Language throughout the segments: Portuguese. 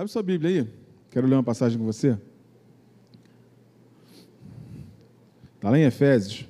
Abre sua Bíblia aí. Quero ler uma passagem com você. Está lá em Efésios.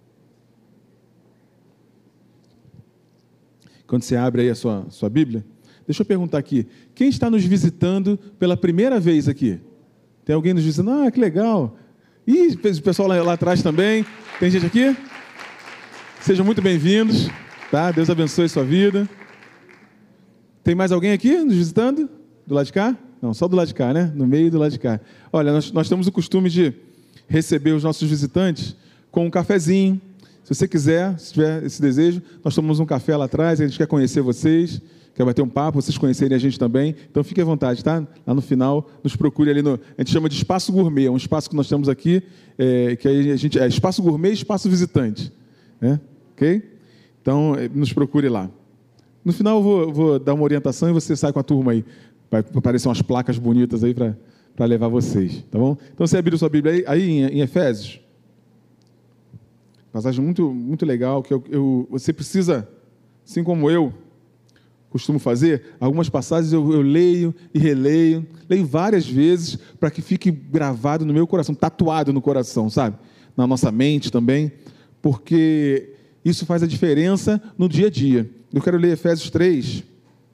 Quando você abre aí a sua Bíblia, deixa eu perguntar aqui. Quem está nos visitando pela primeira vez aqui? Tem alguém nos visitando? Ah, que legal. E o pessoal lá atrás também. Tem gente aqui? Sejam muito bem-vindos. Tá? Deus abençoe a sua vida. Tem mais alguém aqui nos visitando? Do lado de cá? Não, só do lado de cá, né? No meio do lado de cá. Olha, nós temos o costume de receber os nossos visitantes com um cafezinho. Se você quiser, se tiver esse desejo, nós tomamos um café lá atrás, a gente quer conhecer vocês, quer bater um papo, vocês conhecerem a gente também. Então, fique à vontade, tá? Lá no final, nos procure ali a gente chama de Espaço Gourmet, é um espaço que nós temos aqui, que aí a gente, Espaço Gourmet e Espaço Visitante. Né? Ok? Então, nos procure lá. No final, eu vou dar uma orientação e você sai com a turma aí. Vai aparecer umas placas bonitas aí para levar vocês, tá bom? Então, você abriu sua Bíblia aí em Efésios. Passagem muito, muito legal, que você precisa, assim como eu costumo fazer, algumas passagens eu leio e releio, leio várias vezes para que fique gravado no meu coração, tatuado no coração, sabe? Na nossa mente também, porque isso faz a diferença no dia a dia. Eu quero ler Efésios 3.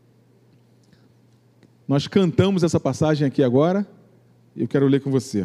Nós cantamos essa passagem aqui agora, e eu quero ler com você.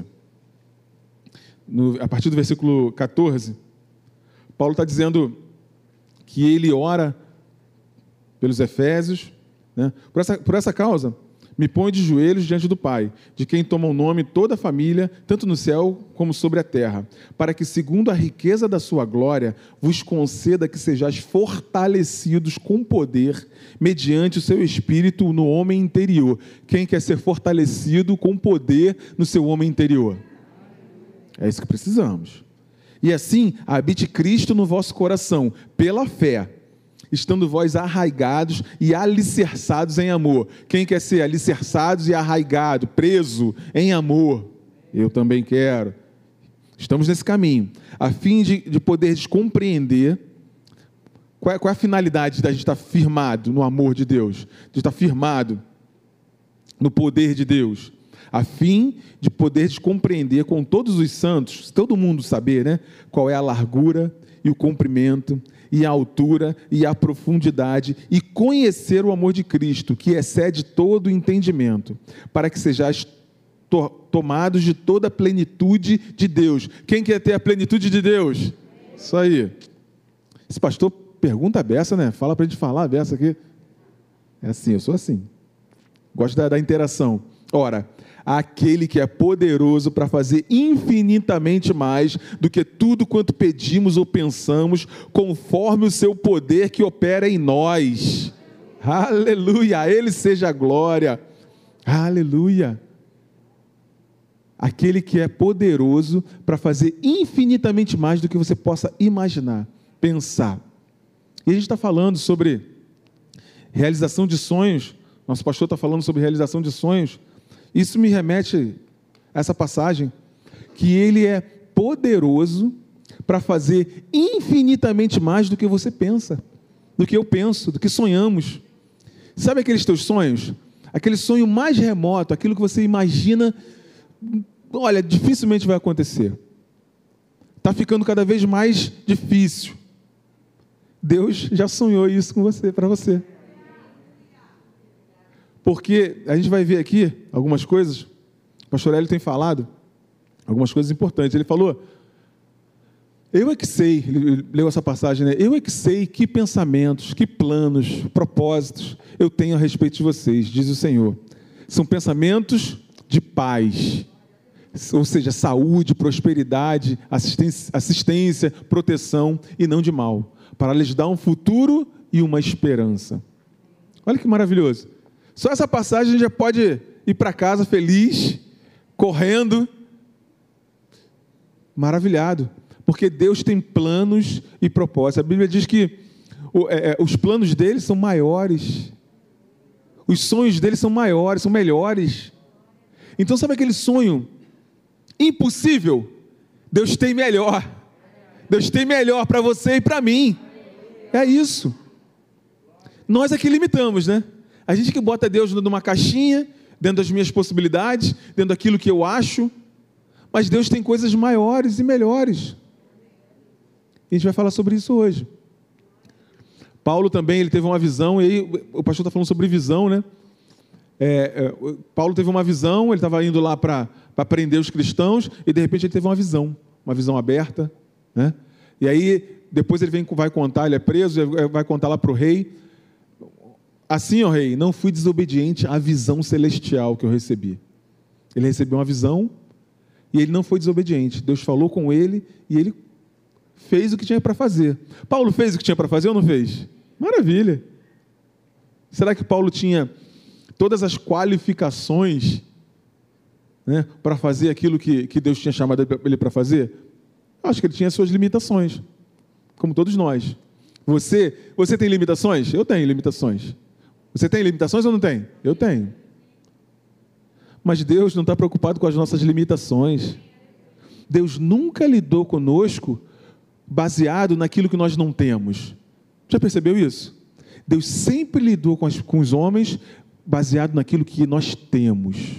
A partir do versículo 14, Paulo está dizendo que ele ora pelos Efésios, né? Por essa causa, me põe de joelhos diante do Pai, de quem toma o nome toda a família, tanto no céu como sobre a terra, para que, segundo a riqueza da sua glória, vos conceda que sejais fortalecidos com poder, mediante o seu Espírito no homem interior. Quem quer ser fortalecido com poder no seu homem interior? É isso que precisamos. E assim, habite Cristo no vosso coração, pela fé, estando vós arraigados e alicerçados em amor. Quem quer ser alicerçados e arraigado, preso em amor? Eu também quero. Estamos nesse caminho, a fim de poderes compreender qual é a finalidade da gente estar firmado no amor de Deus, de estar firmado no poder de Deus, a fim de poderes compreender com todos os santos, todo mundo saber, né, qual é a largura e o comprimento, e a altura e a profundidade, e conhecer o amor de Cristo, que excede todo o entendimento, para que sejais tomados de toda a plenitude de Deus. Quem quer ter a plenitude de Deus? Isso aí. Esse pastor pergunta a beça, né? Fala para a gente falar a beça aqui. É assim, eu sou assim. Gosto da interação. Ora, aquele que é poderoso para fazer infinitamente mais do que tudo quanto pedimos ou pensamos, conforme o seu poder que opera em nós. Aleluia! A Ele seja a glória. Aleluia! Aquele que é poderoso para fazer infinitamente mais do que você possa imaginar, pensar. E a gente está falando sobre realização de sonhos. Nosso pastor está falando sobre realização de sonhos. Isso me remete a essa passagem, que Ele é poderoso para fazer infinitamente mais do que você pensa, do que eu penso, do que sonhamos. Sabe aqueles teus sonhos? Aquele sonho mais remoto, aquilo que você imagina, olha, dificilmente vai acontecer. Está ficando cada vez mais difícil. Deus já sonhou isso com você, para você. Porque a gente vai ver aqui algumas coisas, o pastor Hélio tem falado algumas coisas importantes. Ele falou, eu é que sei, ele leu essa passagem, né? Eu é que sei que pensamentos, que planos, propósitos eu tenho a respeito de vocês, diz o Senhor. São pensamentos de paz, ou seja, saúde, prosperidade, assistência, proteção e não de mal, para lhes dar um futuro e uma esperança. Olha que maravilhoso. Só essa passagem a gente já pode ir para casa feliz, correndo, maravilhado, porque Deus tem planos e propósitos. A Bíblia diz que os planos dele são maiores, os sonhos dele são maiores, são melhores. Então, sabe aquele sonho impossível? Deus tem melhor. Deus tem melhor para você e para mim. É isso. Nós é que limitamos, né? A gente que bota Deus numa caixinha, dentro das minhas possibilidades, dentro daquilo que eu acho, mas Deus tem coisas maiores e melhores. A gente vai falar sobre isso hoje. Paulo também, ele teve uma visão, e aí o pastor está falando sobre visão, né? Paulo teve uma visão, ele estava indo lá para prender os cristãos, e de repente ele teve uma visão aberta, né? E aí, depois ele vai contar, ele é preso, ele vai contar lá para o rei, assim, ó rei, não fui desobediente à visão celestial que eu recebi. Ele recebeu uma visão, e ele não foi desobediente. Deus falou com ele, e ele fez o que tinha para fazer. Paulo fez o que tinha para fazer ou não fez? Maravilha! Será que Paulo tinha todas as qualificações, né, para fazer aquilo que Deus tinha chamado ele para fazer? Acho que ele tinha suas limitações, como todos nós. Você tem limitações? Eu tenho limitações. Você tem limitações ou não tem? Eu tenho. Mas Deus não está preocupado com as nossas limitações. Deus nunca lidou conosco baseado naquilo que nós não temos. Já percebeu isso? Deus sempre lidou com os homens baseado naquilo que nós temos.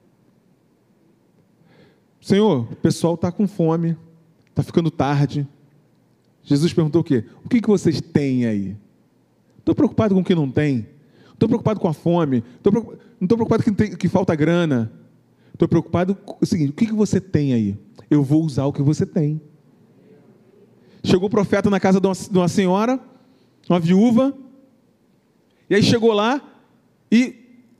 Senhor, o pessoal está com fome, está ficando tarde. Jesus perguntou o quê? O que vocês têm aí? Estou preocupado com o que não tem. Estou preocupado com a fome. Não estou preocupado que falta grana. Estou preocupado com o seguinte: o que você tem aí? Eu vou usar o que você tem. Chegou o profeta na casa de uma senhora, uma viúva, e aí chegou lá e,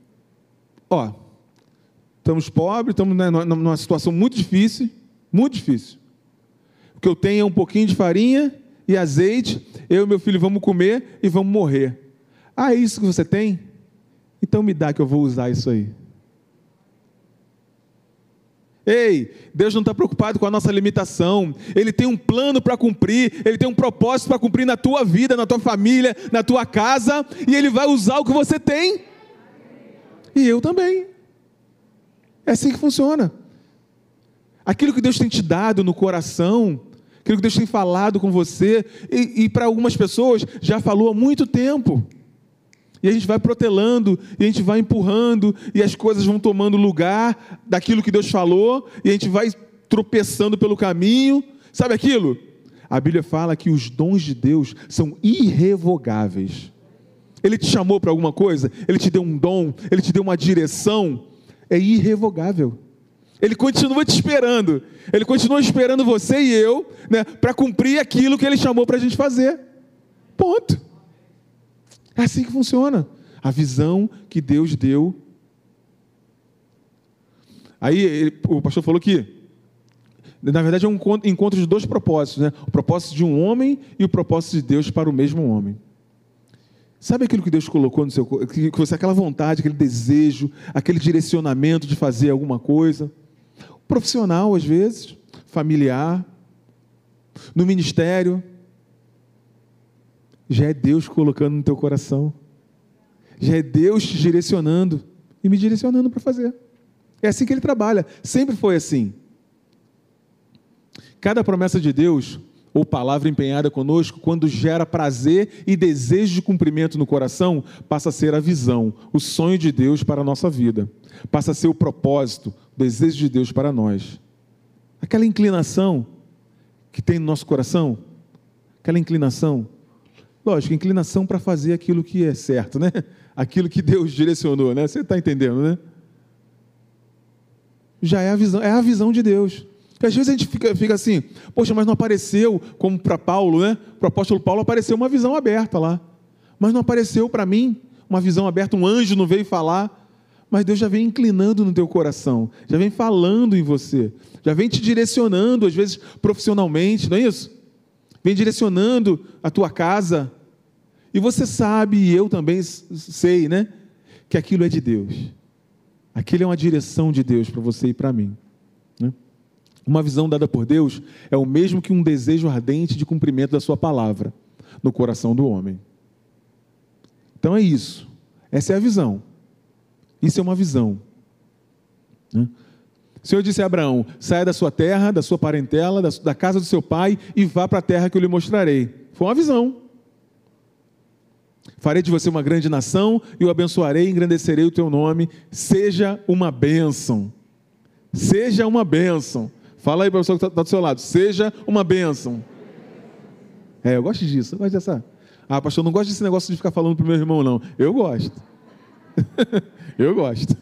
estamos pobres, estamos numa situação muito difícil, muito difícil. O que eu tenho é um pouquinho de farinha e azeite, eu e meu filho vamos comer e vamos morrer. É isso que você tem? Então me dá que eu vou usar isso aí. Ei, Deus não está preocupado com a nossa limitação. Ele tem um plano para cumprir, Ele tem um propósito para cumprir na tua vida, na tua família, na tua casa, e Ele vai usar o que você tem. E eu também. É assim que funciona. Aquilo que Deus tem te dado no coração, aquilo que Deus tem falado com você, e para algumas pessoas já falou há muito tempo. E a gente vai protelando, e a gente vai empurrando, e as coisas vão tomando lugar daquilo que Deus falou, e a gente vai tropeçando pelo caminho. Sabe aquilo? A Bíblia fala que os dons de Deus são irrevogáveis. Ele te chamou para alguma coisa, Ele te deu um dom, Ele te deu uma direção, é irrevogável. Ele continua te esperando, Ele continua esperando você e eu, né, para cumprir aquilo que Ele chamou para a gente fazer. Ponto. É assim que funciona. A visão que Deus deu. Aí o pastor falou que, na verdade, é um encontro de dois propósitos, né? O propósito de um homem e o propósito de Deus para o mesmo homem. Sabe aquilo que Deus colocou no seu coração? Que você, aquela vontade, aquele desejo, aquele direcionamento de fazer alguma coisa. Profissional, às vezes, familiar, no ministério. Já é Deus colocando no teu coração. Já é Deus te direcionando e me direcionando para fazer. É assim que Ele trabalha. Sempre foi assim. Cada promessa de Deus, ou palavra empenhada conosco, quando gera prazer e desejo de cumprimento no coração, passa a ser a visão, o sonho de Deus para a nossa vida. Passa a ser o propósito, o desejo de Deus para nós. Aquela inclinação que tem no nosso coração, aquela inclinação, lógico, inclinação para fazer aquilo que é certo, né? Aquilo que Deus direcionou, né? Você está entendendo, né? Já é a visão de Deus. Porque às vezes a gente fica assim, poxa, mas não apareceu, como para Paulo, né? Para o apóstolo Paulo apareceu uma visão aberta lá. Mas não apareceu para mim uma visão aberta, um anjo não veio falar. Mas Deus já vem inclinando no teu coração, já vem falando em você, já vem te direcionando, às vezes profissionalmente, não é isso? Vem direcionando a tua casa, e você sabe, e eu também sei, né, que aquilo é de Deus. Aquilo é uma direção de Deus para você e para mim, né? Uma visão dada por Deus é o mesmo que um desejo ardente de cumprimento da sua palavra no coração do homem. Então é isso, essa é a visão. Isso é uma visão, né? O Senhor disse a Abraão: saia da sua terra, da sua parentela, da casa do seu pai e vá para a terra que eu lhe mostrarei. Foi uma visão. Farei de você uma grande nação e o abençoarei e engrandecerei o teu nome. Seja uma bênção. Seja uma bênção. Fala aí para a pessoa que está do seu lado. Seja uma bênção. Eu gosto disso. Eu gosto dessa. Pastor, eu não gosto desse negócio de ficar falando para o meu irmão, não. Eu gosto. Eu gosto.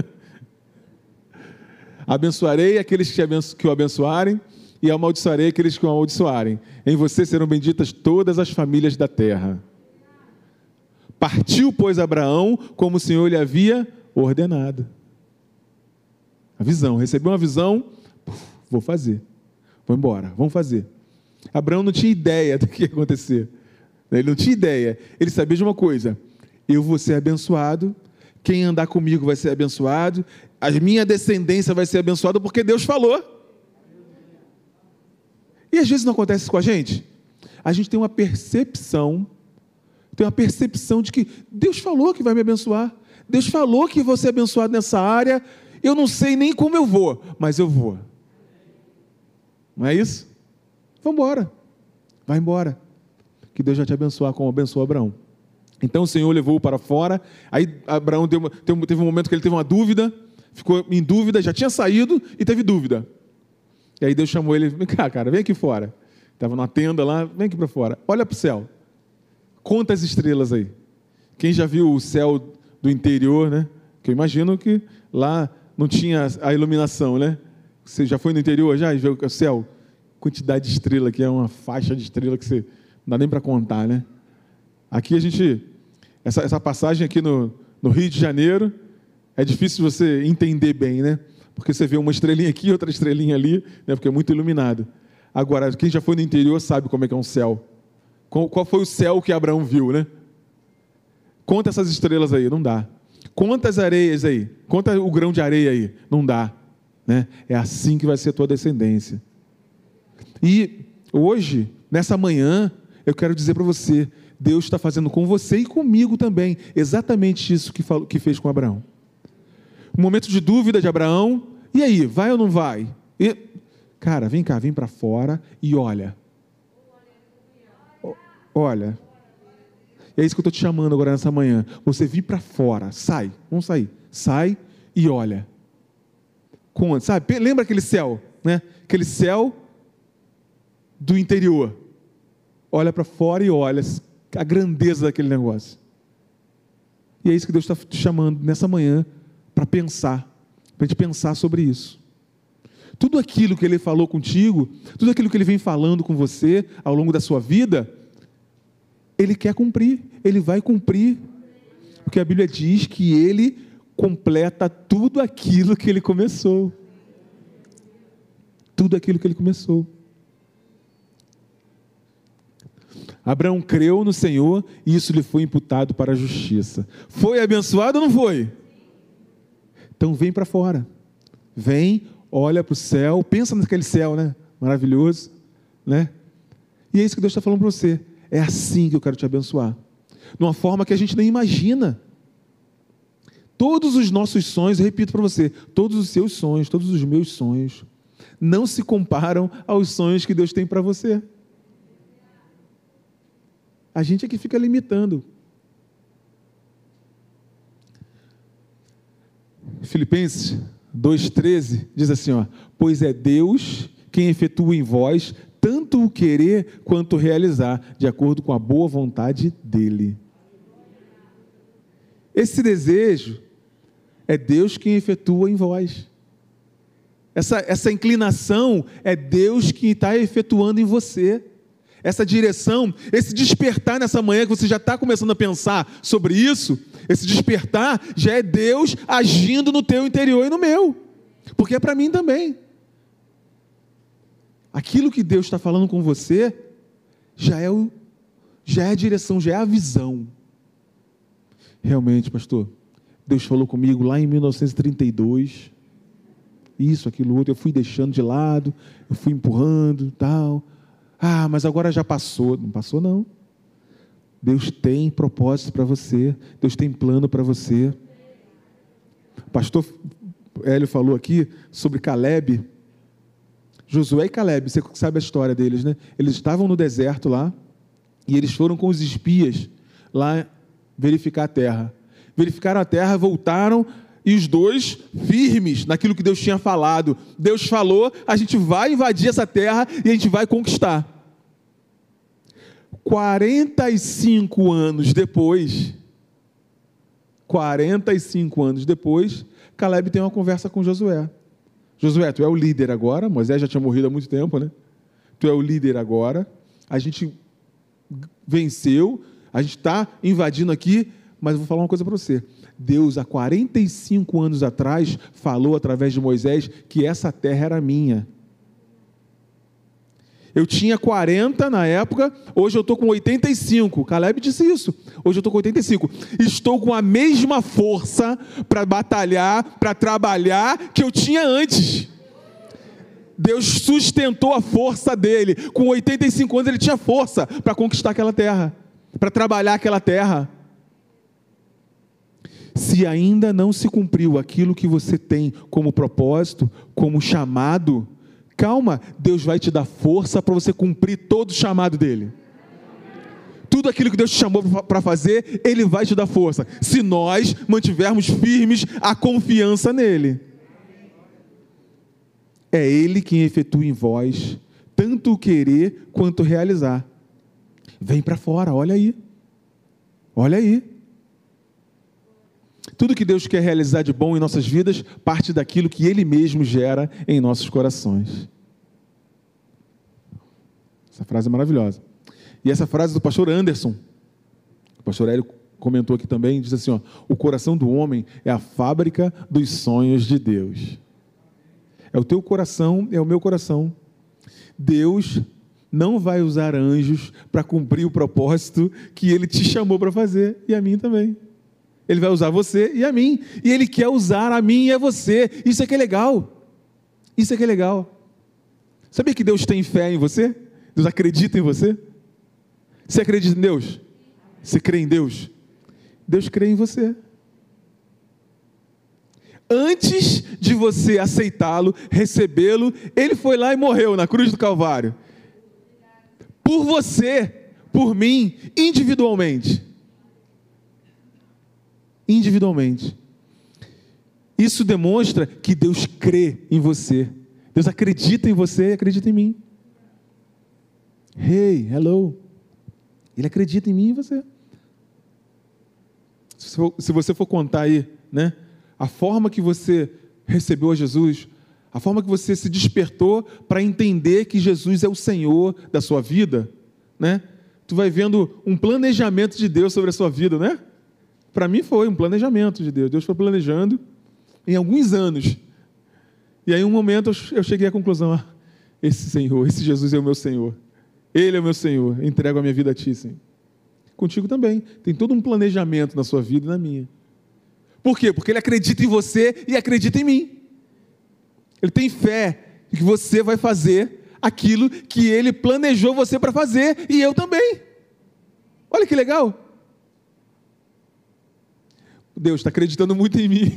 Abençoarei aqueles que o abençoarem e amaldiçoarei aqueles que o amaldiçoarem. Em você serão benditas todas as famílias da terra. Partiu, pois, Abraão, como o Senhor lhe havia ordenado. A visão, recebeu uma visão, vou fazer, vou embora, vamos fazer. Abraão não tinha ideia do que ia acontecer. Ele não tinha ideia. Ele sabia de uma coisa: eu vou ser abençoado, quem andar comigo vai ser abençoado, a minha descendência vai ser abençoada porque Deus falou. E às vezes não acontece isso com a gente. A gente tem uma percepção de que Deus falou que vai me abençoar. Deus falou que vou ser abençoado nessa área. Eu não sei nem como eu vou, mas eu vou. Não é isso? Vamos embora. Vai embora. Que Deus vai te abençoar como abençoou Abraão. Então o Senhor levou-o para fora. Aí Abraão teve um momento que ele teve uma dúvida. Ficou em dúvida, já tinha saído e teve dúvida. E aí Deus chamou ele: vem cá, cara, vem aqui fora. Estava numa tenda lá, vem aqui para fora. Olha para o céu. Conta as estrelas aí. Quem já viu o céu do interior, né? Que eu imagino que lá não tinha a iluminação, né? Você já foi no interior já e viu o céu? Quantidade de estrela, que é uma faixa de estrela que você não dá nem para contar, né? Aqui a gente, essa passagem aqui no Rio de Janeiro, é difícil você entender bem, né? Porque você vê uma estrelinha aqui, outra estrelinha ali, né? Porque é muito iluminado. Agora, quem já foi no interior sabe como é que é um céu. Qual foi o céu que Abraão viu, né? Conta essas estrelas aí, não dá. Conta as areias aí, conta o grão de areia aí, não dá, né? É assim que vai ser a tua descendência. E hoje, nessa manhã, eu quero dizer para você, Deus está fazendo com você e comigo também, exatamente isso que fez com Abraão. Um momento de dúvida de Abraão, e aí, vai ou não vai? Cara, vem cá, vem para fora e olha. Olha, é isso que eu estou te chamando agora nessa manhã. Você vir para fora, sai, vamos sair. Sai e olha. Sabe, lembra aquele céu, né? Aquele céu do interior. Olha para fora e olha a grandeza daquele negócio. E é isso que Deus está te chamando nessa manhã para pensar, para a gente pensar sobre isso. Tudo aquilo que Ele falou contigo, tudo aquilo que Ele vem falando com você ao longo da sua vida, Ele quer cumprir, Ele vai cumprir, porque a Bíblia diz que Ele completa tudo aquilo que Ele começou. Tudo aquilo que Ele começou. Abraão creu no Senhor e isso lhe foi imputado para a justiça. Foi abençoado ou não foi? Então vem para fora. Vem, olha para o céu, pensa naquele céu, né? Maravilhoso, né? E é isso que Deus está falando para você. É assim que eu quero te abençoar. De uma forma que a gente nem imagina. Todos os nossos sonhos, eu repito para você, todos os seus sonhos, todos os meus sonhos, não se comparam aos sonhos que Deus tem para você. A gente é que fica limitando. Filipenses 2,13 diz assim, pois é Deus quem efetua em vós tanto o querer quanto o realizar, de acordo com a boa vontade dEle. Esse desejo é Deus quem efetua em vós. Essa inclinação é Deus que está efetuando em você. Essa direção, esse despertar nessa manhã que você já está começando a pensar sobre isso, esse despertar já é Deus agindo no teu interior e no meu, porque é para mim também. Aquilo que Deus está falando com você já é a direção, já é a visão. Realmente, pastor, Deus falou comigo lá em 1932, isso, aquilo, outro, eu fui deixando de lado, eu fui empurrando, tal. Mas agora já passou. Não passou, não. Deus tem propósito para você. Deus tem plano para você. O pastor Hélio falou aqui sobre Caleb. Josué e Caleb, você sabe a história deles, né? Eles estavam no deserto lá, e eles foram com os espias lá verificar a terra. Verificaram a terra, voltaram, e os dois firmes naquilo que Deus tinha falado. Deus falou, a gente vai invadir essa terra e a gente vai conquistar. 45 anos depois, Caleb tem uma conversa com Josué. Josué, tu é o líder agora. Moisés já tinha morrido há muito tempo, né? Tu é o líder agora. A gente venceu, a gente está invadindo aqui, mas eu vou falar uma coisa para você. Deus, há 45 anos atrás, falou através de Moisés que essa terra era minha. Eu tinha 40 na época, hoje eu estou com 85. Caleb disse isso. Hoje eu estou com 85. Estou com a mesma força para batalhar, para trabalhar, que eu tinha antes. Deus sustentou a força dele. Com 85 anos ele tinha força para conquistar aquela terra, para trabalhar aquela terra. Se ainda não se cumpriu aquilo que você tem como propósito, como chamado, calma, Deus vai te dar força para você cumprir todo o chamado dele. Tudo aquilo que Deus te chamou para fazer, Ele vai te dar força, se nós mantivermos firmes a confiança nele. É Ele quem efetua em vós, tanto o querer quanto o realizar. Vem para fora, olha aí. Olha aí. Tudo que Deus quer realizar de bom em nossas vidas parte daquilo que Ele mesmo gera em nossos corações. Essa frase é maravilhosa. E essa frase do pastor Anderson, o pastor Hélio comentou aqui também, diz assim, ó, o coração do homem é a fábrica dos sonhos de Deus. É o teu coração, é o meu coração. Deus não vai usar anjos para cumprir o propósito que Ele te chamou para fazer, e a mim também. Ele vai usar você e a mim. E Ele quer usar a mim e a você. Isso é que é legal. Isso é que é legal. Sabia que Deus tem fé em você? Deus acredita em você? Você acredita em Deus? Você crê em Deus? Deus crê em você. Antes de você aceitá-lo, recebê-lo, Ele foi lá e morreu na cruz do Calvário. Por você, por mim, individualmente. Individualmente. Isso demonstra que Deus crê em você. Deus acredita em você e acredita em mim. Hey, hello. Ele acredita em mim e em você. Se você for contar aí, né, a forma que você recebeu a Jesus, a forma que você se despertou para entender que Jesus é o Senhor da sua vida, né? Tu vai vendo um planejamento de Deus sobre a sua vida, né? Para mim foi um planejamento de Deus. Deus foi planejando em alguns anos. E aí, em um momento, eu cheguei à conclusão: esse Senhor, esse Jesus é o meu Senhor. Ele é o meu Senhor. Entrego a minha vida a Ti, Senhor. Contigo também. Tem todo um planejamento na sua vida e na minha. Por quê? Porque Ele acredita em você e acredita em mim. Ele tem fé de que você vai fazer aquilo que Ele planejou você para fazer, e eu também. Olha que legal. Deus está acreditando muito em mim.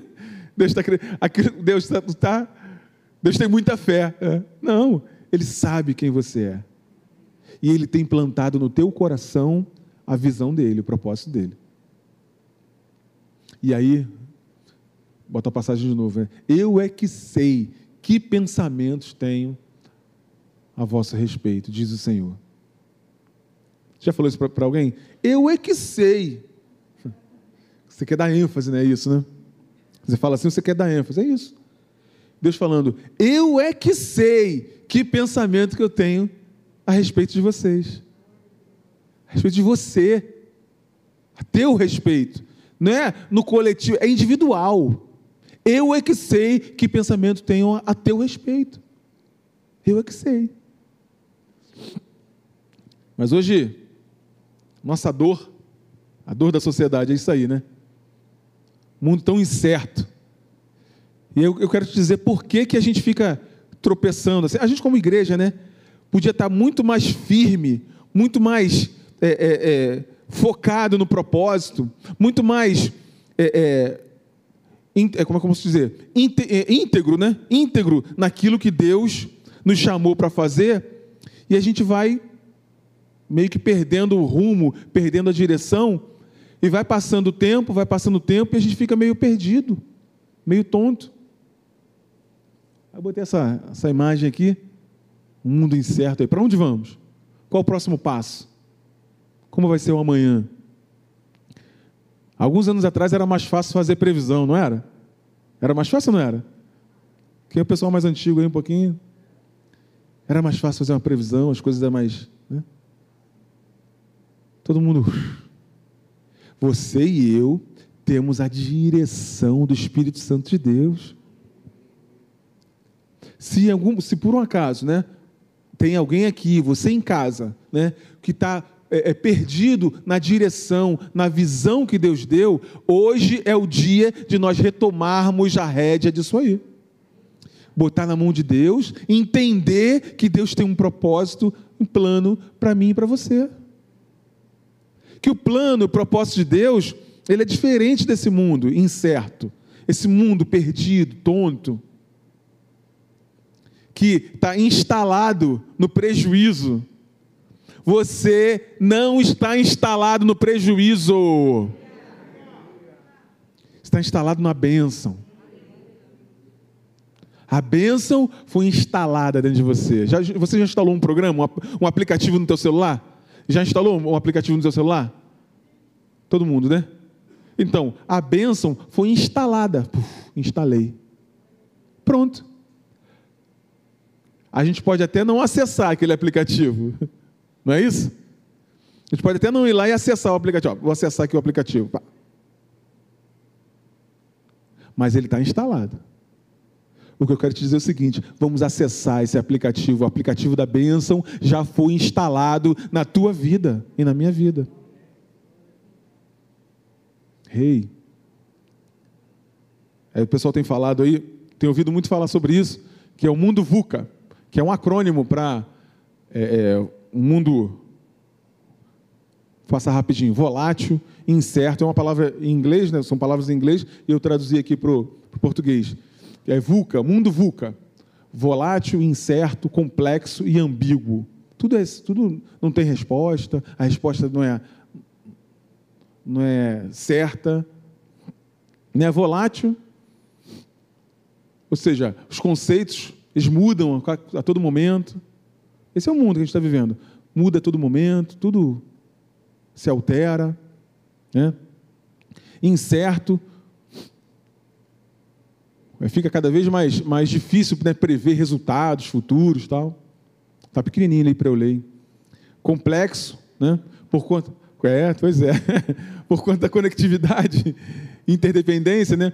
Deus tem muita fé. Não, Ele sabe quem você é. E Ele tem plantado no teu coração a visão dEle, o propósito dEle. E aí, bota a passagem de novo. Eu é que sei que pensamentos tenho a vosso respeito, diz o Senhor. Já falou isso para alguém? Eu é que sei. Você quer dar ênfase, não é isso, né? Você fala assim, você quer dar ênfase, é isso. Deus falando, eu é que sei que pensamento que eu tenho a respeito de vocês. A respeito de você. A teu respeito. Não é no coletivo, é individual. Eu é que sei que pensamento tenho a teu respeito. Eu é que sei. Mas hoje, nossa dor, a dor da sociedade é isso aí, né? Mundo tão incerto. E eu quero te dizer por que a gente fica tropeçando. Assim, a gente como igreja, né? Podia estar muito mais firme, muito mais focado no propósito, muito mais, como é que eu posso dizer? Íntegro, né? Íntegro naquilo que Deus nos chamou para fazer, e a gente vai meio que perdendo o rumo, perdendo a direção, e vai passando o tempo, e a gente fica meio perdido, meio tonto. Eu botei essa imagem aqui, um mundo incerto aí. Para onde vamos? Qual o próximo passo? Como vai ser o amanhã? Alguns anos atrás era mais fácil fazer previsão, não era? Era mais fácil ou não era? Quem é o pessoal mais antigo aí um pouquinho? Era mais fácil fazer uma previsão, as coisas eram mais... né? Todo mundo... Você e eu temos a direção do Espírito Santo de Deus. Se por um acaso, né, tem alguém aqui, você em casa, né, que está perdido na direção, na visão que Deus deu, hoje é o dia de nós retomarmos a rédea disso aí. Botar na mão de Deus, entender que Deus tem um propósito, um plano para mim e para você. Que o plano, o propósito de Deus, ele é diferente desse mundo incerto, esse mundo perdido, tonto, que está instalado no prejuízo. Você não está instalado no prejuízo. Está instalado na bênção. A bênção foi instalada dentro de você. Você já instalou um programa, um aplicativo no teu celular? Já instalou um aplicativo no teu celular? Todo mundo, né? Então, a bênção foi instalada. Instalei. Pronto. A gente pode até não acessar aquele aplicativo. Não é isso? A gente pode até não ir lá e acessar o aplicativo. Vou acessar aqui o aplicativo. Mas ele está instalado. O que eu quero te dizer é o seguinte: vamos acessar esse aplicativo. O aplicativo da bênção já foi instalado na tua vida e na minha vida. Hey. Aí o pessoal tem falado aí, tem ouvido muito falar sobre isso, que é o mundo VUCA, que é um acrônimo para um mundo, faça rapidinho, volátil, incerto, é uma palavra em inglês, né? São palavras em inglês, e eu traduzi aqui para o português. É VUCA, mundo VUCA, volátil, incerto, complexo e ambíguo. Tudo não tem resposta, a resposta não é certa, não é volátil, ou seja, os conceitos eles mudam a todo momento. Esse é o mundo que a gente está vivendo. Muda a todo momento, tudo se altera, né? Incerto. Fica cada vez mais difícil, né, prever resultados futuros, tal. Está pequenininho ali para eu ler. Complexo, né? Por conta da conectividade, interdependência, né?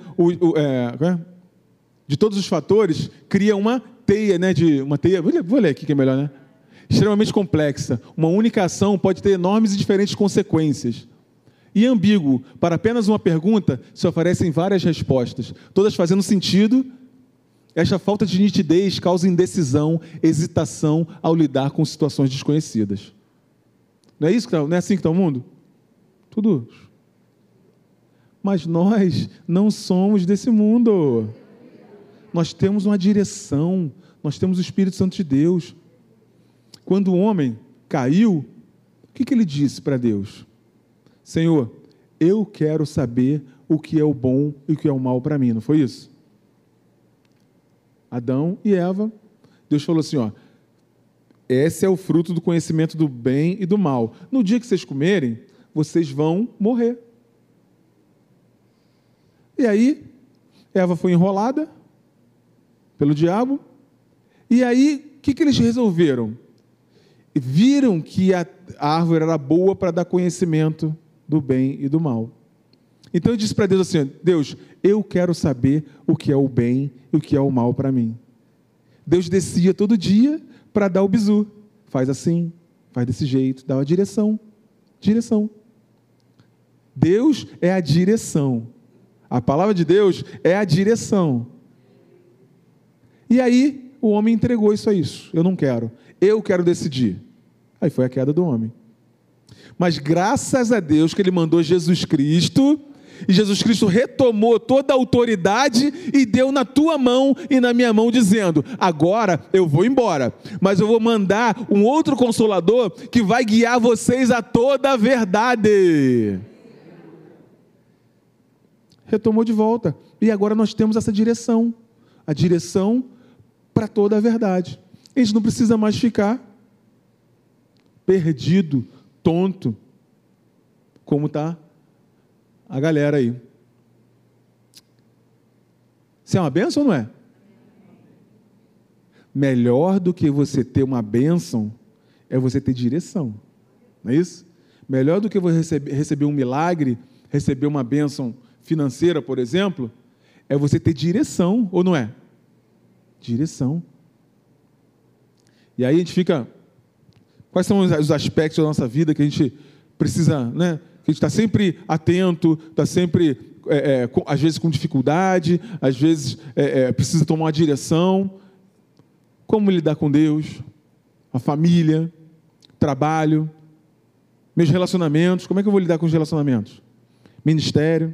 De todos os fatores, cria uma teia, né? Vou ler aqui que é melhor, né? Extremamente complexa. Uma única ação pode ter enormes e diferentes consequências. E ambíguo, para apenas uma pergunta, se oferecem várias respostas, todas fazendo sentido. Esta falta de nitidez causa indecisão, hesitação ao lidar com situações desconhecidas. Não é isso não é assim que está o mundo? Tudo. Mas nós não somos desse mundo. Nós temos uma direção, nós temos o Espírito Santo de Deus. Quando o homem caiu, o que ele disse para Deus? Senhor, eu quero saber o que é o bom e o que é o mal para mim, não foi isso? Adão e Eva, Deus falou assim, esse é o fruto do conhecimento do bem e do mal. No dia que vocês comerem, vocês vão morrer. E aí, Eva foi enrolada pelo diabo, e aí, o que eles resolveram? Viram que a árvore era boa para dar conhecimento do bem e do mal. Então eu disse para Deus assim, Deus, eu quero saber o que é o bem e o que é o mal para mim. Deus descia todo dia para dar o bizu. Faz assim, faz desse jeito, dá uma direção. Direção. Deus é a direção. A palavra de Deus é a direção. E aí o homem entregou isso a isso. Eu não quero. Eu quero decidir. Aí foi a queda do homem. Mas graças a Deus que Ele mandou Jesus Cristo, E Jesus Cristo retomou toda a autoridade e deu na tua mão e na minha mão, dizendo: agora eu vou embora, mas eu vou mandar um outro Consolador que vai guiar vocês a toda a verdade. Retomou de volta. E agora nós temos essa direção. A direção para toda a verdade. A gente não precisa mais ficar perdido, tonto, como está a galera aí. Isso é uma bênção ou não é? Melhor do que você ter uma bênção é você ter direção. Não é isso? Melhor do que você receber um milagre, receber uma bênção financeira, por exemplo, é você ter direção, ou não é? Direção. E aí a gente fica... Quais são os aspectos da nossa vida que a gente precisa, né? Que a gente está sempre atento, está sempre, às vezes com dificuldade, às vezes precisa tomar uma direção. Como lidar com Deus, a família, trabalho, meus relacionamentos. Como é que eu vou lidar com os relacionamentos? Ministério.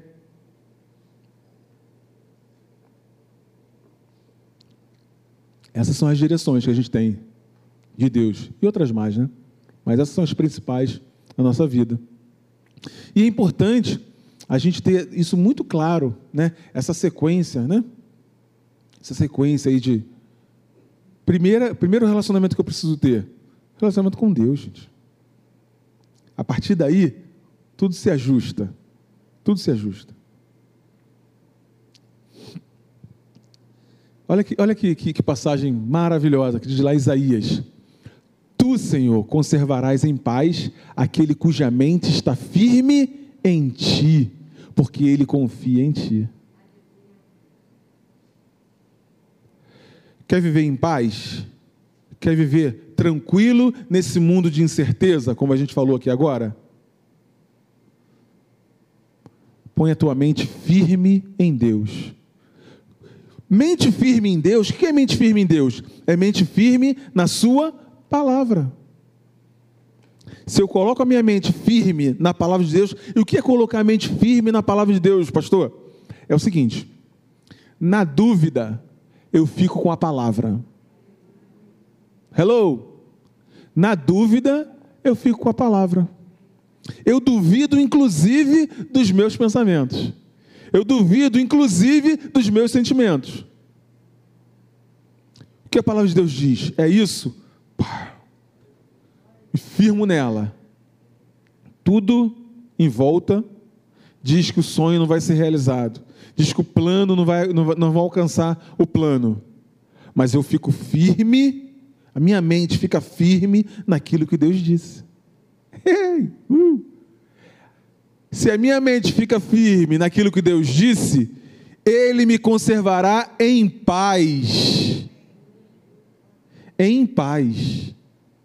Essas são as direções que a gente tem de Deus. E outras mais, né? Mas essas são as principais na nossa vida. E é importante a gente ter isso muito claro, né? Essa sequência, né? Essa sequência aí de... Primeiro relacionamento que eu preciso ter. Relacionamento com Deus, gente. A partir daí, tudo se ajusta. Tudo se ajusta. Olha que passagem maravilhosa, que diz lá Isaías: Tu, Senhor, conservarás em paz aquele cuja mente está firme em Ti, porque ele confia em Ti. Quer viver em paz? Quer viver tranquilo nesse mundo de incerteza, como a gente falou aqui agora? Põe a tua mente firme em Deus. Mente firme em Deus. O que é mente firme em Deus? É mente firme na sua palavra. Se eu coloco a minha mente firme na palavra de Deus, e o que é colocar a mente firme na palavra de Deus, pastor? É o seguinte: na dúvida, eu fico com a palavra. Hello? Na dúvida, eu fico com a palavra. Eu duvido, inclusive, dos meus pensamentos. Eu duvido, inclusive, dos meus sentimentos. O que a palavra de Deus diz? É isso? E firmo nela. Tudo em volta diz que o sonho não vai ser realizado. Diz que o plano não vai alcançar o plano. Mas eu fico firme, a minha mente fica firme naquilo que Deus disse. Se a minha mente fica firme naquilo que Deus disse, Ele me conservará em paz. Em paz.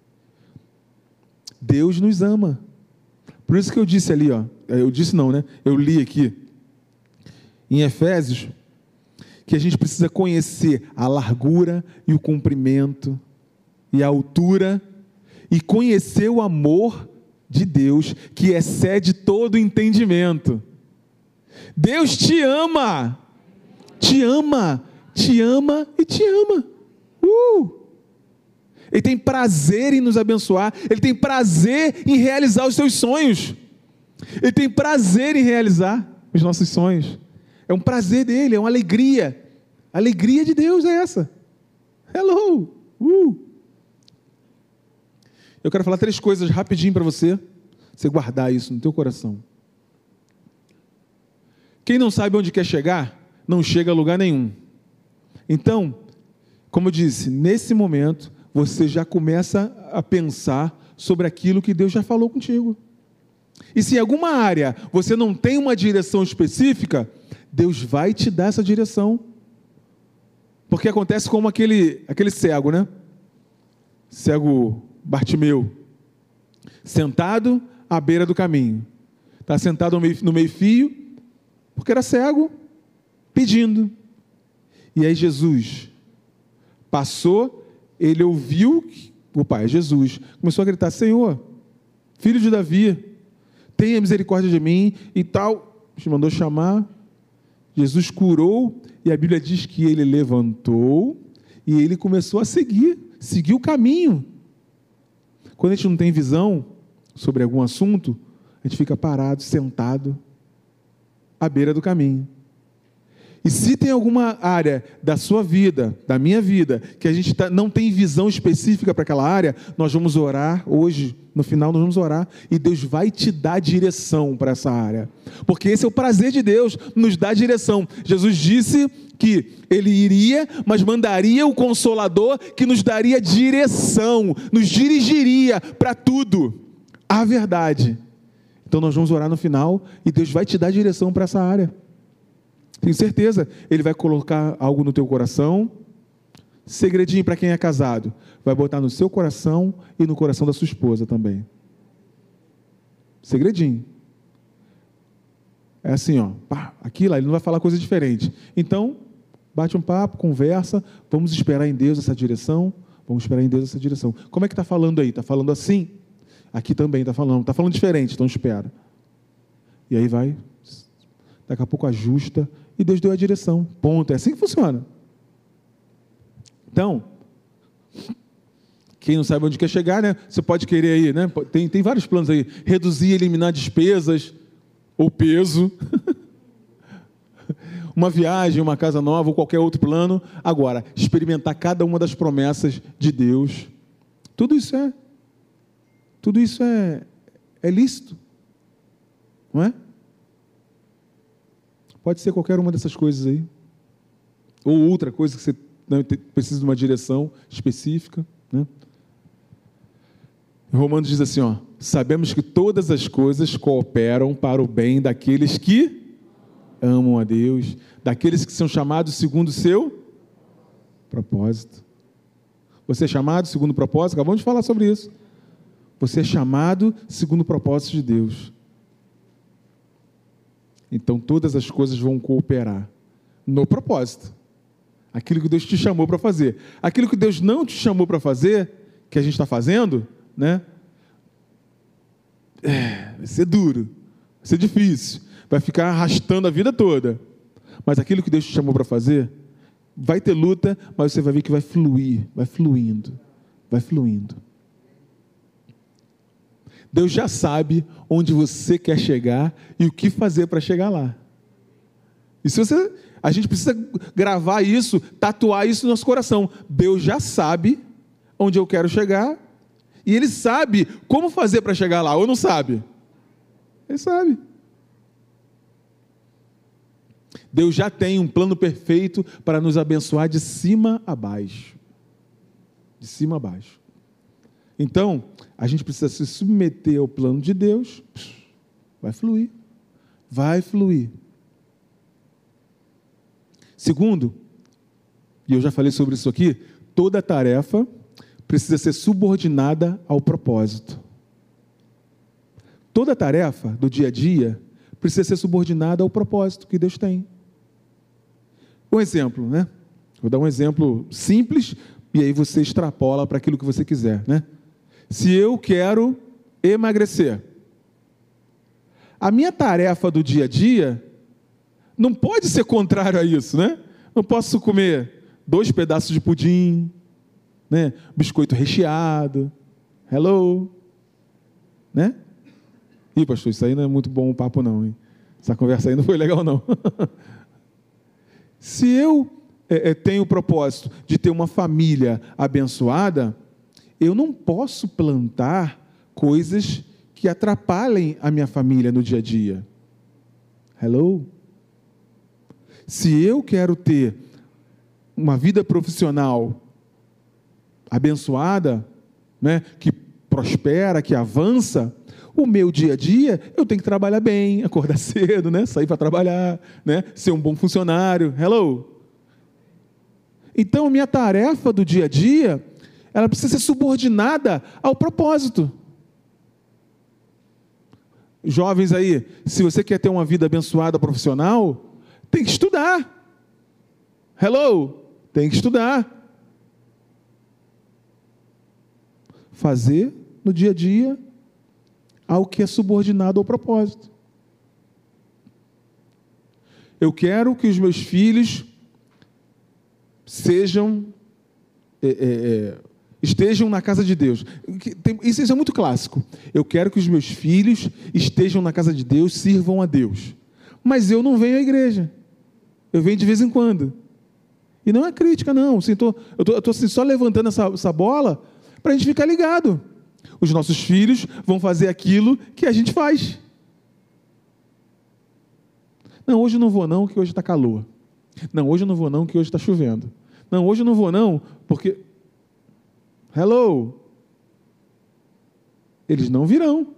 Deus nos ama. Por isso que eu disse ali, ó, eu disse não, né? Eu li aqui, em Efésios, que a gente precisa conhecer a largura e o comprimento e a altura, e conhecer o amor de Deus, que excede todo entendimento. Deus te ama, te ama, te ama e te ama. Ele tem prazer em nos abençoar, Ele tem prazer em realizar os seus sonhos, Ele tem prazer em realizar os nossos sonhos. É um prazer dele, é uma alegria. A alegria de Deus é essa. Hello! Eu quero falar 3 coisas rapidinho para você guardar isso no teu coração. Quem não sabe onde quer chegar, não chega a lugar nenhum. Então, como eu disse, nesse momento, você já começa a pensar sobre aquilo que Deus já falou contigo. E se em alguma área você não tem uma direção específica, Deus vai te dar essa direção. Porque acontece como aquele cego, né? Cego Bartimeu, sentado à beira do caminho. Está sentado no meio-fio, porque era cego, pedindo. E aí Jesus passou, ele ouviu, o pai, Jesus, começou a gritar: Senhor, filho de Davi, tenha misericórdia de mim e tal. mandou chamar, Jesus curou, e a Bíblia diz que ele levantou e ele começou a seguir o caminho. Quando a gente não tem visão sobre algum assunto, a gente fica parado, sentado, à beira do caminho. E se tem alguma área da sua vida, da minha vida, que a gente não tem visão específica para aquela área, nós vamos orar hoje, no final nós vamos orar, e Deus vai te dar direção para essa área. Porque esse é o prazer de Deus, nos dar direção. Jesus disse que Ele iria, mas mandaria o Consolador que nos daria direção, nos dirigiria para tudo, a verdade. Então nós vamos orar no final, e Deus vai te dar direção para essa área. Tenho certeza, Ele vai colocar algo no teu coração. Segredinho para quem é casado, vai botar no seu coração e no coração da sua esposa também. Segredinho. É assim, ó, pá, aqui lá, ele não vai falar coisa diferente. Então, bate um papo, conversa, vamos esperar em Deus essa direção, vamos esperar em Deus essa direção. Como é que está falando aí? Está falando assim? Aqui também está falando diferente, então espera. E aí vai, daqui a pouco ajusta, e Deus deu a direção, ponto, é assim que funciona. Então, quem não sabe onde quer chegar, né? Você pode querer aí, né? Tem vários planos aí, reduzir, eliminar despesas, ou peso, uma viagem, uma casa nova, ou qualquer outro plano. Agora, experimentar cada uma das promessas de Deus, tudo isso é lícito, não é? Pode ser qualquer uma dessas coisas aí. Ou outra coisa que você precisa de uma direção específica, né? Romanos diz assim, ó, sabemos que todas as coisas cooperam para o bem daqueles que amam a Deus, daqueles que são chamados segundo o seu propósito. Você é chamado segundo o propósito? Acabamos de falar sobre isso. Você é chamado segundo o propósito de Deus. Então, todas as coisas vão cooperar no propósito. Aquilo que Deus te chamou para fazer. Aquilo que Deus não te chamou para fazer, que a gente está fazendo, né? Vai ser duro, vai ser difícil, vai ficar arrastando a vida toda. Mas aquilo que Deus te chamou para fazer, vai ter luta, mas você vai ver que vai fluir, vai fluindo, vai fluindo. Deus já sabe onde você quer chegar e o que fazer para chegar lá. E a gente precisa gravar isso, tatuar isso no nosso coração. Deus já sabe onde eu quero chegar e Ele sabe como fazer para chegar lá, ou não sabe? Ele sabe. Deus já tem um plano perfeito para nos abençoar de cima a baixo. De cima a baixo. Então, a gente precisa se submeter ao plano de Deus, vai fluir, vai fluir. Segundo, e eu já falei sobre isso aqui, toda tarefa precisa ser subordinada ao propósito. Toda tarefa do dia a dia precisa ser subordinada ao propósito que Deus tem. Um exemplo, né? Vou dar um exemplo simples, e aí você extrapola para aquilo que você quiser, né? Se eu quero emagrecer, a minha tarefa do dia a dia não pode ser contrário a isso, né? Não posso comer 2 pedaços de pudim, né? Biscoito recheado, hello, né? Ih, pastor, isso aí não é muito bom o papo não, hein? Essa conversa aí não foi legal não. Se eu tenho o propósito de ter uma família abençoada, eu não posso plantar coisas que atrapalhem a minha família no dia a dia. Hello? Se eu quero ter uma vida profissional abençoada, né, que prospera, que avança, o meu dia a dia, eu tenho que trabalhar bem, acordar cedo, né, sair para trabalhar, né, ser um bom funcionário. Hello? Então, minha tarefa do dia a dia, ela precisa ser subordinada ao propósito. Jovens aí, se você quer ter uma vida abençoada profissional, tem que estudar. Hello? Tem que estudar. Fazer no dia a dia algo que é subordinado ao propósito. Eu quero que os meus filhos estejam na casa de Deus. Isso é muito clássico. Eu quero que os meus filhos estejam na casa de Deus, sirvam a Deus. Mas eu não venho à igreja. Eu venho de vez em quando. E não é crítica, não. Assim, eu estou assim, só levantando essa bola para a gente ficar ligado. Os nossos filhos vão fazer aquilo que a gente faz. Não, hoje eu não vou não, que hoje está calor. Não, hoje eu não vou não, que hoje está chovendo. Não, hoje eu não vou não, porque... Hello! Eles não virão.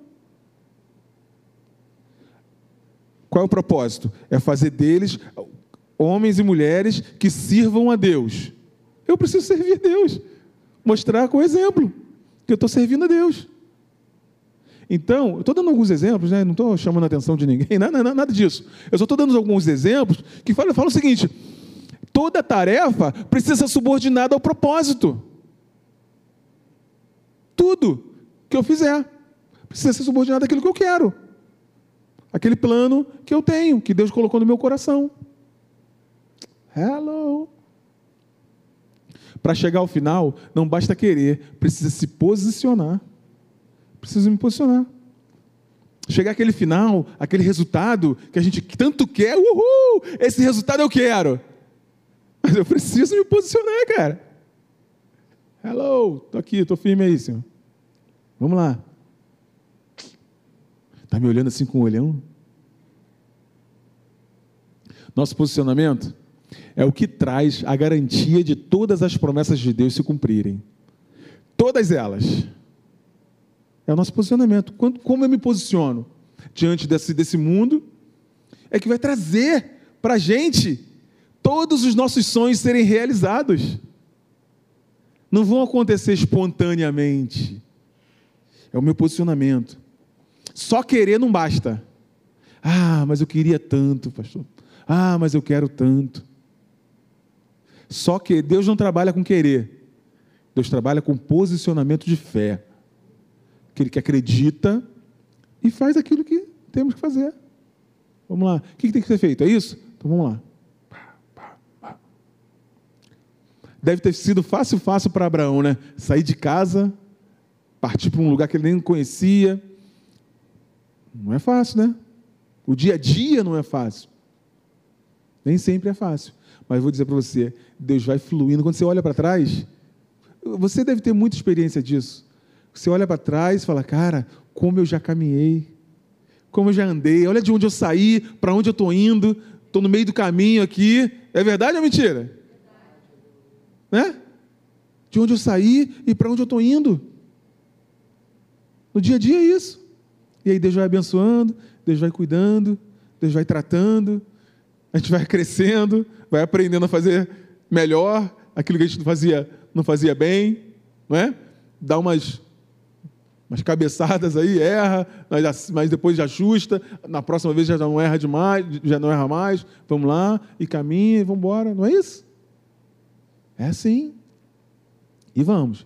Qual é o propósito? É fazer deles homens e mulheres que sirvam a Deus. Eu preciso servir a Deus. Mostrar com exemplo que eu estou servindo a Deus. Então, eu estou dando alguns exemplos, né? Não estou chamando a atenção de ninguém, nada disso. Eu só estou dando alguns exemplos que falam o seguinte: toda tarefa precisa ser subordinada ao propósito. Tudo que eu fizer precisa ser subordinado àquilo que eu quero. Aquele plano que eu tenho, que Deus colocou no meu coração. Hello! Para chegar ao final, não basta querer, precisa se posicionar. Preciso me posicionar. Chegar àquele final, aquele resultado que a gente tanto quer, uhul! Esse resultado eu quero. Mas eu preciso me posicionar, cara. Hello! Estou aqui, estou firme aí, Senhor. Vamos lá. Está me olhando assim com o olhão? Nosso posicionamento é o que traz a garantia de todas as promessas de Deus se cumprirem. Todas elas. É o nosso posicionamento. Como eu me posiciono diante desse mundo, é que vai trazer para a gente todos os nossos sonhos serem realizados. Não vão acontecer espontaneamente. É o meu posicionamento. Só querer não basta. Ah, mas eu queria tanto, pastor. Ah, mas eu quero tanto. Só que Deus não trabalha com querer. Deus trabalha com posicionamento de fé. Aquele que acredita e faz aquilo que temos que fazer. Vamos lá. O que tem que ser feito? É isso? Então vamos lá. Deve ter sido fácil para Abraão, né? Sair de casa, partir para um lugar que ele nem conhecia. Não é fácil, né? O dia a dia não é fácil. Nem sempre é fácil. Mas eu vou dizer para você, Deus vai fluindo. Quando você olha para trás, você deve ter muita experiência disso. Você olha para trás e fala, cara, como eu já caminhei, como eu já andei, olha de onde eu saí, para onde eu estou indo, estou no meio do caminho aqui. É verdade ou mentira? Né? De onde eu saí e para onde eu estou indo. No dia a dia é isso. E aí Deus vai abençoando, Deus vai cuidando, Deus vai tratando, a gente vai crescendo, vai aprendendo a fazer melhor aquilo que a gente não fazia bem, não é? Dá umas cabeçadas aí, erra, mas depois já ajusta, na próxima vez já não erra demais, já não erra mais, vamos lá, e caminha, e vamos embora, não é isso? É assim. E vamos.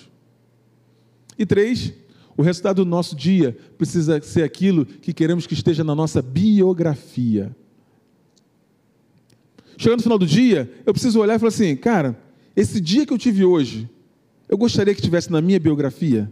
E 3, o resultado do nosso dia precisa ser aquilo que queremos que esteja na nossa biografia. Chegando no final do dia, eu preciso olhar e falar assim, cara, esse dia que eu tive hoje, eu gostaria que estivesse na minha biografia?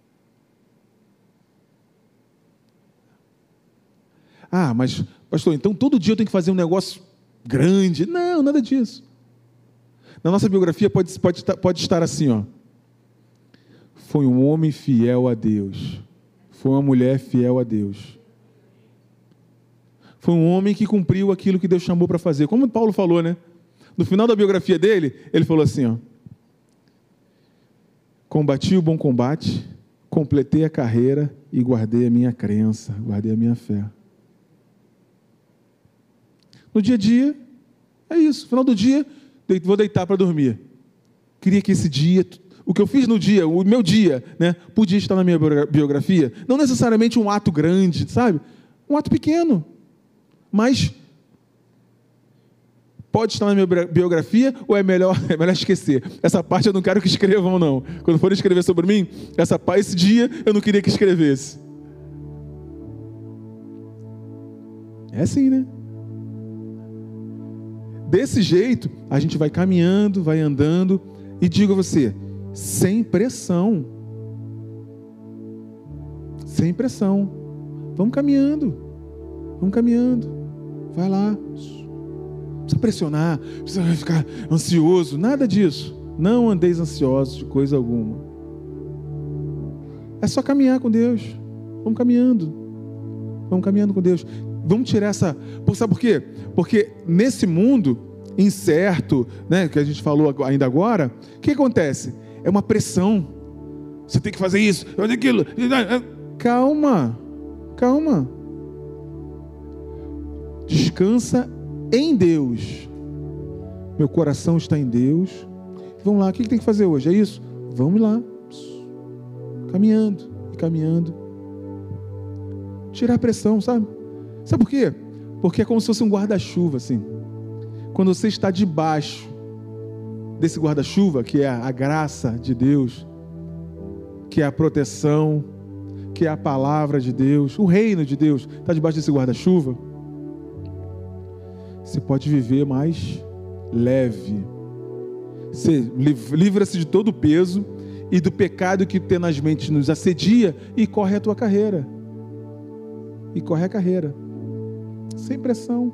Ah, mas, pastor, então todo dia eu tenho que fazer um negócio grande. Não, nada disso. Na nossa biografia pode estar assim, ó. Foi um homem fiel a Deus. Foi uma mulher fiel a Deus. Foi um homem que cumpriu aquilo que Deus chamou para fazer. Como Paulo falou, né? No final da biografia dele, ele falou assim, ó. Combati o bom combate, completei a carreira e guardei a minha crença, guardei a minha fé. No dia a dia, é isso. No final do dia, vou deitar para dormir. Queria que esse dia, o que eu fiz no dia, o meu dia, né, podia estar na minha biografia. Não necessariamente um ato grande, sabe? Um ato pequeno. Mas pode estar na minha biografia ou é melhor esquecer? Essa parte eu não quero que escrevam, não. Quando forem escrever sobre mim, esse dia eu não queria que escrevesse. É assim, né? desse jeito, a gente vai caminhando, vai andando, e digo a você, sem pressão. Sem pressão. Vamos caminhando. Vai lá. Não precisa pressionar, precisa ficar ansioso, nada disso. Não andeis ansiosos de coisa alguma. É só caminhar com Deus. Vamos caminhando com Deus. Vamos tirar essa... Sabe por quê? Porque nesse mundo incerto, né, que a gente falou ainda agora, o que acontece? É uma pressão. Você tem que fazer isso, fazer aquilo. Calma. Descansa em Deus. Meu coração está em Deus. Vamos lá, o que tem que fazer hoje? É isso? Vamos lá. Caminhando. Tirar a pressão, sabe? Sabe por quê? Porque é como se fosse um guarda-chuva, assim. Quando você está debaixo desse guarda-chuva, que é a graça de Deus, que é a proteção, que é a palavra de Deus, o reino de Deus, está debaixo desse guarda-chuva, você pode viver mais leve. Você livra-se de todo o peso e do pecado que tenazmente nos assedia e corre a tua carreira. E corre a carreira. Sem pressão.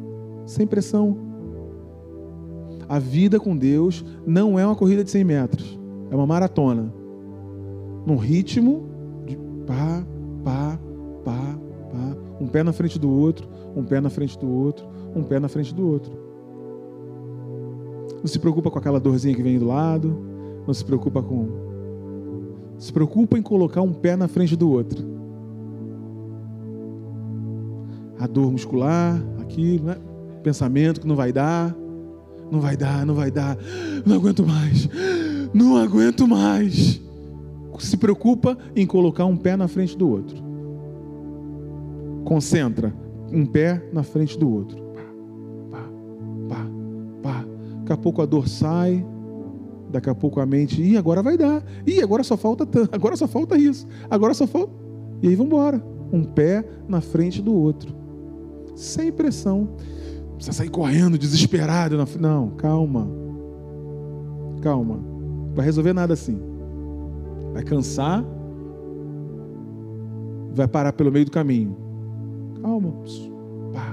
A vida com Deus não é uma corrida de 100 metros. É uma maratona. Num ritmo de pá. Um pé na frente do outro. Um pé na frente do outro. Não se preocupa com aquela dorzinha que vem do lado. Não se preocupa Se preocupa em colocar um pé na frente do outro. A dor muscular, aquilo, né? Pensamento que não vai dar. Não aguento mais. Se preocupa em colocar um pé na frente do outro. Concentra. Um pé na frente do outro. Pá. Daqui a pouco a dor sai. Daqui a pouco a mente, agora vai dar. Agora só falta tanto. Agora só falta isso. E aí vamos embora. Um pé na frente do outro. Sem pressão. Não precisa sair correndo, desesperado. Não, calma. Não vai resolver nada assim. Vai cansar. Vai parar pelo meio do caminho. Calma. Pá.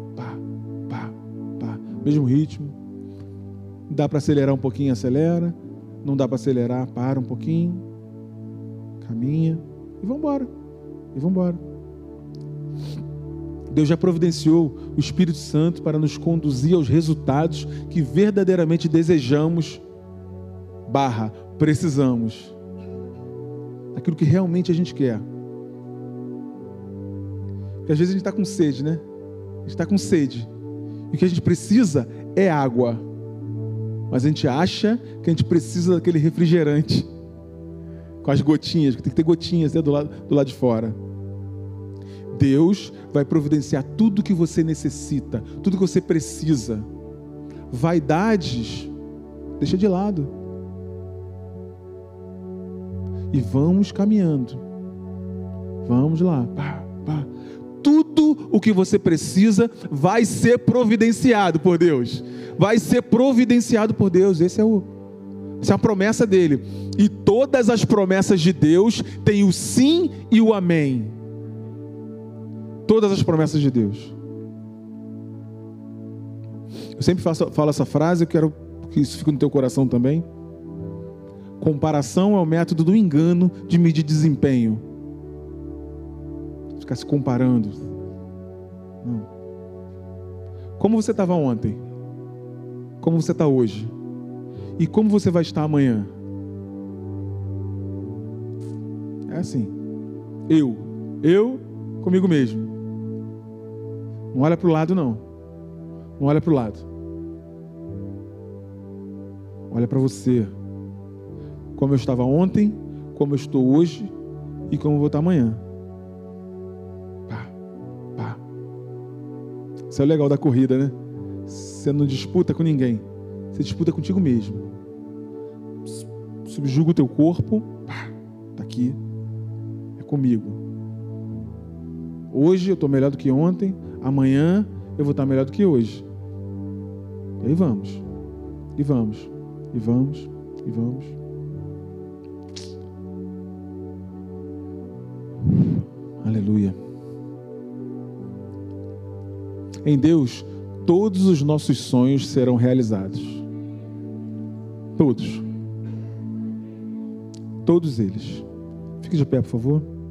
Mesmo ritmo. Dá para acelerar um pouquinho, acelera. Não dá para acelerar, para um pouquinho. Caminha. E vamos embora. Deus já providenciou o Espírito Santo para nos conduzir aos resultados que verdadeiramente desejamos, precisamos. Aquilo que realmente a gente quer. Porque às vezes a gente está com sede, né? A gente está com sede. E o que a gente precisa é água. Mas a gente acha que a gente precisa daquele refrigerante. Com as gotinhas, que tem que ter gotinhas, né, do lado de fora. Deus vai providenciar tudo que você necessita, tudo que você precisa. Vaidades, deixa de lado. E vamos caminhando. Vamos lá. Tudo o que você precisa vai ser providenciado por Deus. Essa é a promessa dele. E todas as promessas de Deus têm o sim e o amém. Todas as promessas de Deus. Eu sempre falo essa frase, eu quero que isso fique no teu coração também. Comparação é o método do engano de medir desempenho. Ficar se comparando. Não. Como você estava ontem? Como você está hoje? E como você vai estar amanhã? É assim. Eu comigo mesmo. Não olha para o lado, não. Não olha para o lado. Olha para você. Como eu estava ontem, como eu estou hoje e como eu vou estar amanhã. Isso é o legal da corrida, né? Você não disputa com ninguém. Você disputa contigo mesmo. Subjuga o teu corpo. Está aqui. É comigo. Hoje eu estou melhor do que ontem. Amanhã eu vou estar melhor do que hoje. E aí vamos. E vamos. E vamos. E vamos. Aleluia. Em Deus, todos os nossos sonhos serão realizados. Todos. Todos eles. Fique de pé, por favor.